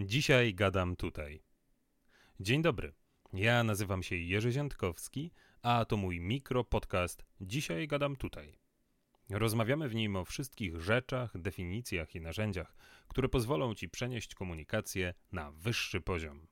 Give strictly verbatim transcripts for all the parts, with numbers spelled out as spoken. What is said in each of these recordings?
Dzisiaj gadam tutaj. Dzień dobry, ja nazywam się Jerzy Ziętkowski, a to mój mikropodcast Dzisiaj gadam tutaj. Rozmawiamy w nim o wszystkich rzeczach, definicjach i narzędziach, które pozwolą Ci przenieść komunikację na wyższy poziom.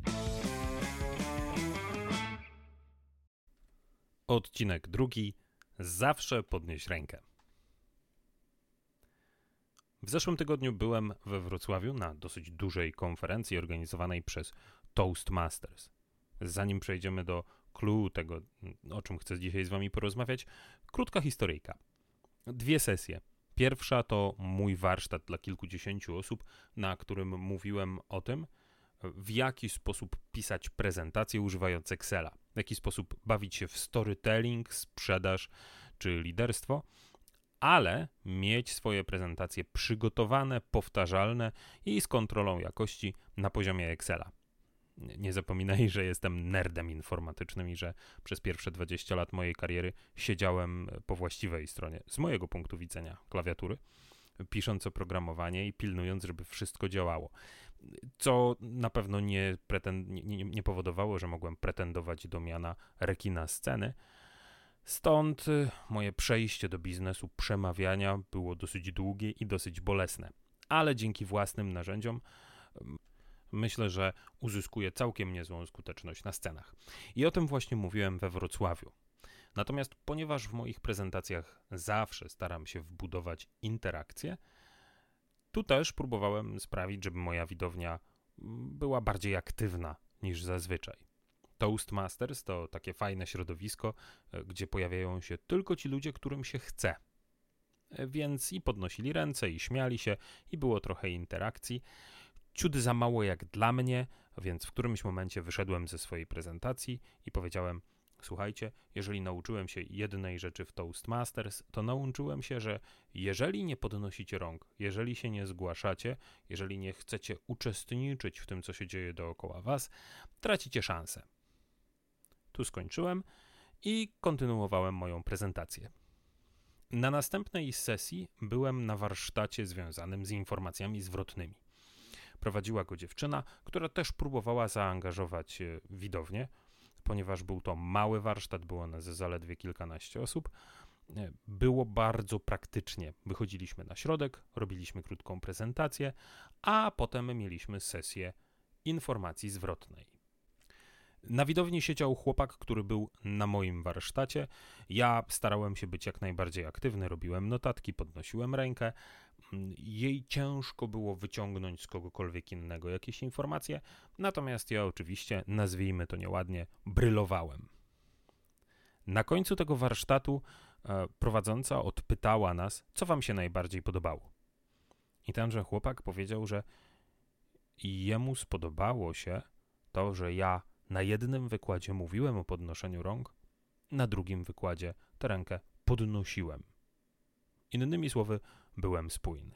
Odcinek drugi. Zawsze podnieś rękę. W zeszłym tygodniu byłem we Wrocławiu na dosyć dużej konferencji organizowanej przez Toastmasters. Zanim przejdziemy do clou tego, o czym chcę dzisiaj z Wami porozmawiać, krótka historyjka. Dwie sesje. Pierwsza to mój warsztat dla kilkudziesięciu osób, na którym mówiłem o tym, w jaki sposób pisać prezentacje używając Excela, w jaki sposób bawić się w storytelling, sprzedaż czy liderstwo, ale mieć swoje prezentacje przygotowane, powtarzalne i z kontrolą jakości na poziomie Excela. Nie zapominaj, że jestem nerdem informatycznym i że przez pierwsze dwadzieścia lat mojej kariery siedziałem po właściwej stronie, z mojego punktu widzenia, klawiatury, pisząc oprogramowanie i pilnując, żeby wszystko działało. Co na pewno nie, pretend- nie, nie powodowało, że mogłem pretendować do miana rekina sceny. Stąd moje przejście do biznesu przemawiania było dosyć długie i dosyć bolesne. Ale dzięki własnym narzędziom myślę, że uzyskuję całkiem niezłą skuteczność na scenach. I o tym właśnie mówiłem we Wrocławiu. Natomiast ponieważ w moich prezentacjach zawsze staram się wbudować interakcję, tu też próbowałem sprawić, żeby moja widownia była bardziej aktywna niż zazwyczaj. Toastmasters to takie fajne środowisko, gdzie pojawiają się tylko ci ludzie, którym się chce. Więc i podnosili ręce, i śmiali się, i było trochę interakcji. Ciut za mało jak dla mnie, więc w którymś momencie wyszedłem ze swojej prezentacji i powiedziałem: słuchajcie, jeżeli nauczyłem się jednej rzeczy w Toastmasters, to nauczyłem się, że jeżeli nie podnosicie rąk, jeżeli się nie zgłaszacie, jeżeli nie chcecie uczestniczyć w tym, co się dzieje dookoła was, tracicie szansę. Tu skończyłem i kontynuowałem moją prezentację. Na następnej sesji byłem na warsztacie związanym z informacjami zwrotnymi. Prowadziła go dziewczyna, która też próbowała zaangażować widownię, ponieważ był to mały warsztat, było nas zaledwie kilkanaście osób. Było bardzo praktycznie. Wychodziliśmy na środek, robiliśmy krótką prezentację, a potem mieliśmy sesję informacji zwrotnej. Na widowni siedział chłopak, który był na moim warsztacie. Ja starałem się być jak najbardziej aktywny, robiłem notatki, podnosiłem rękę. Jej ciężko było wyciągnąć z kogokolwiek innego jakieś informacje, natomiast ja oczywiście, nazwijmy to nieładnie, brylowałem. Na końcu tego warsztatu e, prowadząca odpytała nas, co wam się najbardziej podobało. I tenże chłopak powiedział, że jemu spodobało się to, że ja na jednym wykładzie mówiłem o podnoszeniu rąk, na drugim wykładzie tę rękę podnosiłem. Innymi słowy, byłem spójny.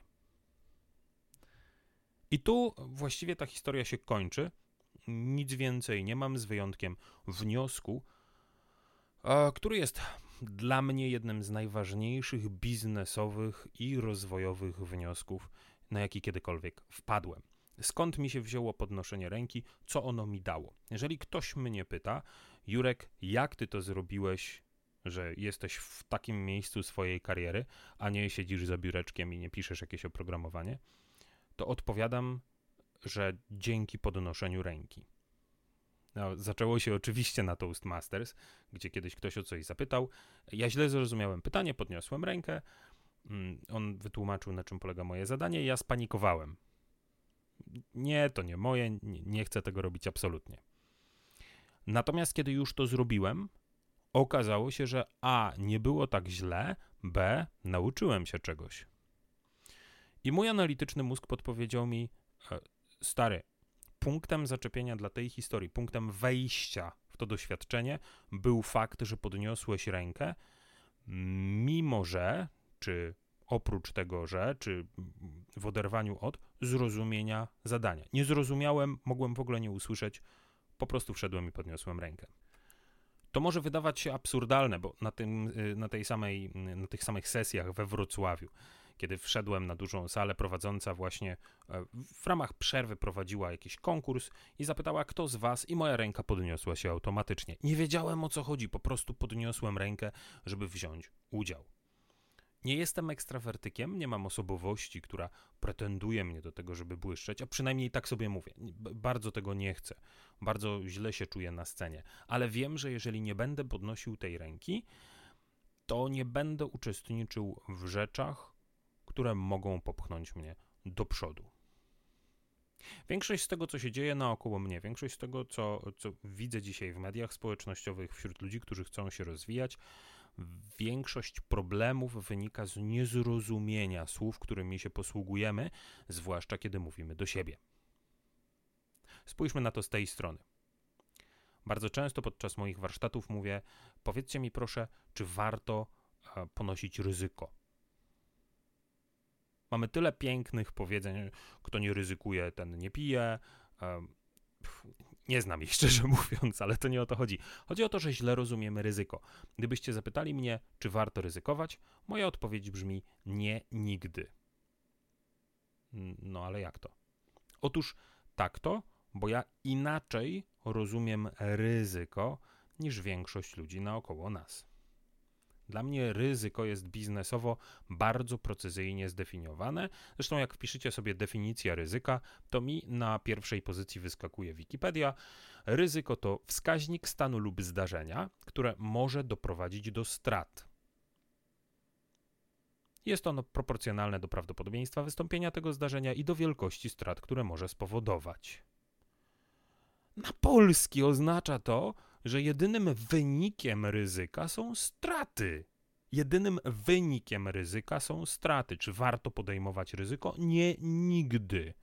I tu właściwie ta historia się kończy. Nic więcej nie mam, z wyjątkiem wniosku, który jest dla mnie jednym z najważniejszych biznesowych i rozwojowych wniosków, na jaki kiedykolwiek wpadłem. Skąd mi się wzięło podnoszenie ręki, co ono mi dało? Jeżeli ktoś mnie pyta: Jurek, jak ty to zrobiłeś, że jesteś w takim miejscu swojej kariery, a nie siedzisz za biureczkiem i nie piszesz jakieś oprogramowanie, to odpowiadam, że dzięki podnoszeniu ręki. No, zaczęło się oczywiście na Toastmasters, gdzie kiedyś ktoś o coś zapytał. Ja źle zrozumiałem pytanie, podniosłem rękę, on wytłumaczył, na czym polega moje zadanie i ja spanikowałem. Nie, to nie moje, nie, nie chcę tego robić absolutnie. Natomiast kiedy już to zrobiłem, okazało się, że a, nie było tak źle, b, nauczyłem się czegoś. I mój analityczny mózg podpowiedział mi: stary, punktem zaczepienia dla tej historii, punktem wejścia w to doświadczenie był fakt, że podniosłeś rękę, mimo że, czy oprócz tego, że, czy w oderwaniu od zrozumienia zadania. Nie zrozumiałem, mogłem w ogóle nie usłyszeć, po prostu wszedłem i podniosłem rękę. To może wydawać się absurdalne, bo na, tym, na, tej samej, na tych samych sesjach we Wrocławiu, kiedy wszedłem na dużą salę, prowadząca właśnie w ramach przerwy prowadziła jakiś konkurs i zapytała, kto z was, i moja ręka podniosła się automatycznie. Nie wiedziałem, o co chodzi, po prostu podniosłem rękę, żeby wziąć udział. Nie jestem ekstrawertykiem, nie mam osobowości, która pretenduje mnie do tego, żeby błyszczeć, a przynajmniej tak sobie mówię. Bardzo tego nie chcę, bardzo źle się czuję na scenie, ale wiem, że jeżeli nie będę podnosił tej ręki, to nie będę uczestniczył w rzeczach, które mogą popchnąć mnie do przodu. Większość z tego, co się dzieje naokoło mnie, większość z tego, co, co widzę dzisiaj w mediach społecznościowych, wśród ludzi, którzy chcą się rozwijać, większość problemów wynika z niezrozumienia słów, którymi się posługujemy, zwłaszcza kiedy mówimy do siebie. Spójrzmy na to z tej strony. Bardzo często podczas moich warsztatów mówię, powiedzcie mi proszę, czy warto e, ponosić ryzyko. Mamy tyle pięknych powiedzeń, kto nie ryzykuje, ten nie pije. E, nie znam ich, szczerze mówiąc, ale to nie o to chodzi. Chodzi o to, że źle rozumiemy ryzyko. Gdybyście zapytali mnie, czy warto ryzykować, moja odpowiedź brzmi nie, nigdy. No ale jak to? Otóż tak to, bo ja inaczej rozumiem ryzyko niż większość ludzi naokoło nas. Dla mnie ryzyko jest biznesowo bardzo precyzyjnie zdefiniowane. Zresztą jak wpiszecie sobie definicję ryzyka, to mi na pierwszej pozycji wyskakuje Wikipedia. Ryzyko to wskaźnik stanu lub zdarzenia, które może doprowadzić do strat. Jest ono proporcjonalne do prawdopodobieństwa wystąpienia tego zdarzenia i do wielkości strat, które może spowodować. Na polski oznacza to, że jedynym wynikiem ryzyka są straty. Jedynym wynikiem ryzyka są straty. Czy warto podejmować ryzyko? Nie, nigdy.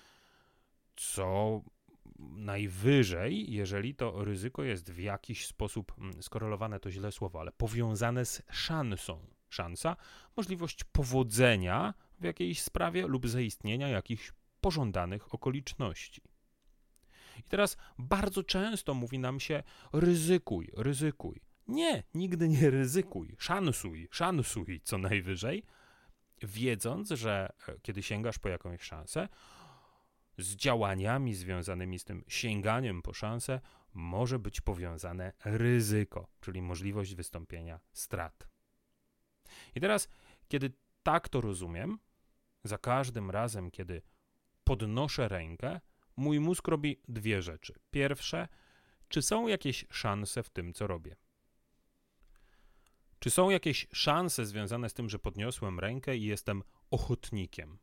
Co najwyżej, jeżeli to ryzyko jest w jakiś sposób skorelowane, to źle słowo, ale powiązane z szansą. Szansa, możliwość powodzenia w jakiejś sprawie lub zaistnienia jakichś pożądanych okoliczności. I teraz bardzo często mówi nam się ryzykuj, ryzykuj. Nie, nigdy nie ryzykuj, szansuj, szansuj co najwyżej, wiedząc, że kiedy sięgasz po jakąś szansę, z działaniami związanymi z tym sięganiem po szansę może być powiązane ryzyko, czyli możliwość wystąpienia strat. I teraz, kiedy tak to rozumiem, za każdym razem, kiedy podnoszę rękę, mój mózg robi dwie rzeczy. Pierwsze, czy są jakieś szanse w tym, co robię? Czy są jakieś szanse związane z tym, że podniosłem rękę i jestem ochotnikiem?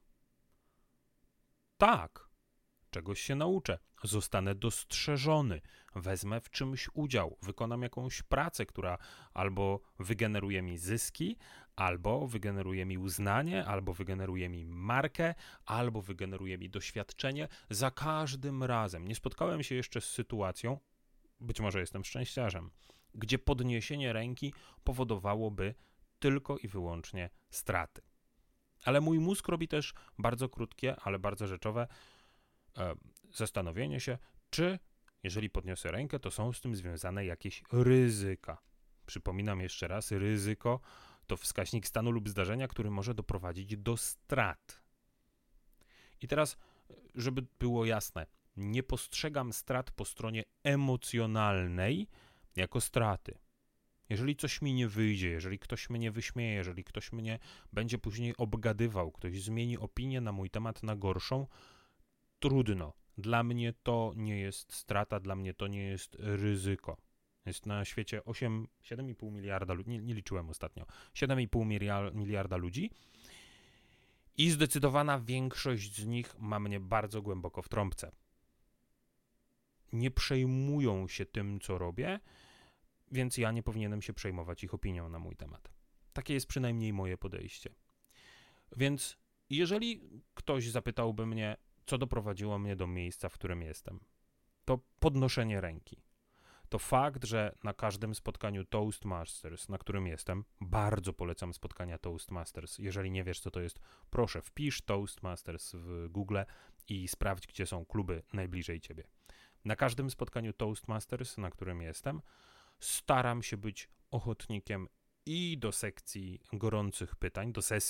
Tak. Czegoś się nauczę. Zostanę dostrzeżony. Wezmę w czymś udział. Wykonam jakąś pracę, która albo wygeneruje mi zyski, albo wygeneruje mi uznanie, albo wygeneruje mi markę, albo wygeneruje mi doświadczenie. Za każdym razem. Nie spotkałem się jeszcze z sytuacją, być może jestem szczęściarzem, gdzie podniesienie ręki powodowałoby tylko i wyłącznie straty. Ale mój mózg robi też bardzo krótkie, ale bardzo rzeczowe e, zastanowienie się, czy jeżeli podniosę rękę, to są z tym związane jakieś ryzyka. Przypominam jeszcze raz, ryzyko to wskaźnik stanu lub zdarzenia, który może doprowadzić do strat. I teraz, żeby było jasne, nie postrzegam strat po stronie emocjonalnej jako straty. Jeżeli coś mi nie wyjdzie, jeżeli ktoś mnie wyśmieje, jeżeli ktoś mnie będzie później obgadywał, ktoś zmieni opinię na mój temat na gorszą, trudno. Dla mnie to nie jest strata, dla mnie to nie jest ryzyko. Jest na świecie osiem, siedem i pół miliarda ludzi, nie, nie liczyłem ostatnio, siedem i pół miliarda ludzi i zdecydowana większość z nich ma mnie bardzo głęboko w trąbce. Nie przejmują się tym, co robię, więc ja nie powinienem się przejmować ich opinią na mój temat. Takie jest przynajmniej moje podejście. Więc jeżeli ktoś zapytałby mnie, co doprowadziło mnie do miejsca, w którym jestem, to podnoszenie ręki. To fakt, że na każdym spotkaniu Toastmasters, na którym jestem, bardzo polecam spotkania Toastmasters. Jeżeli nie wiesz, co to jest, proszę wpisz Toastmasters w Google i sprawdź, gdzie są kluby najbliżej ciebie. Na każdym spotkaniu Toastmasters, na którym jestem, staram się być ochotnikiem i do sekcji gorących pytań, do sesji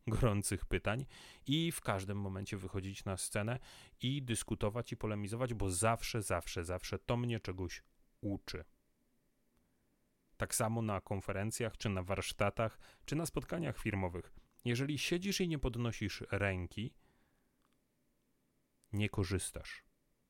gorących pytań i w każdym momencie wychodzić na scenę i dyskutować i polemizować, bo zawsze, zawsze, zawsze to mnie czegoś uczy. Tak samo na konferencjach, czy na warsztatach, czy na spotkaniach firmowych. Jeżeli siedzisz i nie podnosisz ręki, nie korzystasz.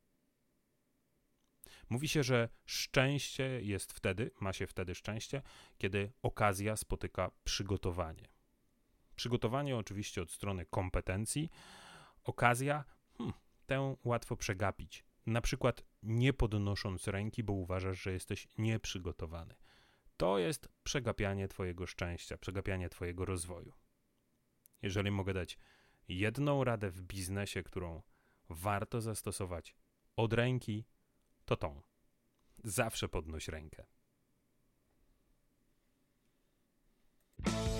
Mówi się, że szczęście jest wtedy, ma się wtedy szczęście, kiedy okazja spotyka przygotowanie. Przygotowanie oczywiście od strony kompetencji, okazja, hmm, tę łatwo przegapić. Na przykład nie podnosząc ręki, bo uważasz, że jesteś nieprzygotowany. To jest przegapianie twojego szczęścia, przegapianie twojego rozwoju. Jeżeli mogę dać jedną radę w biznesie, którą warto zastosować od ręki, to tą. Zawsze podnoś rękę.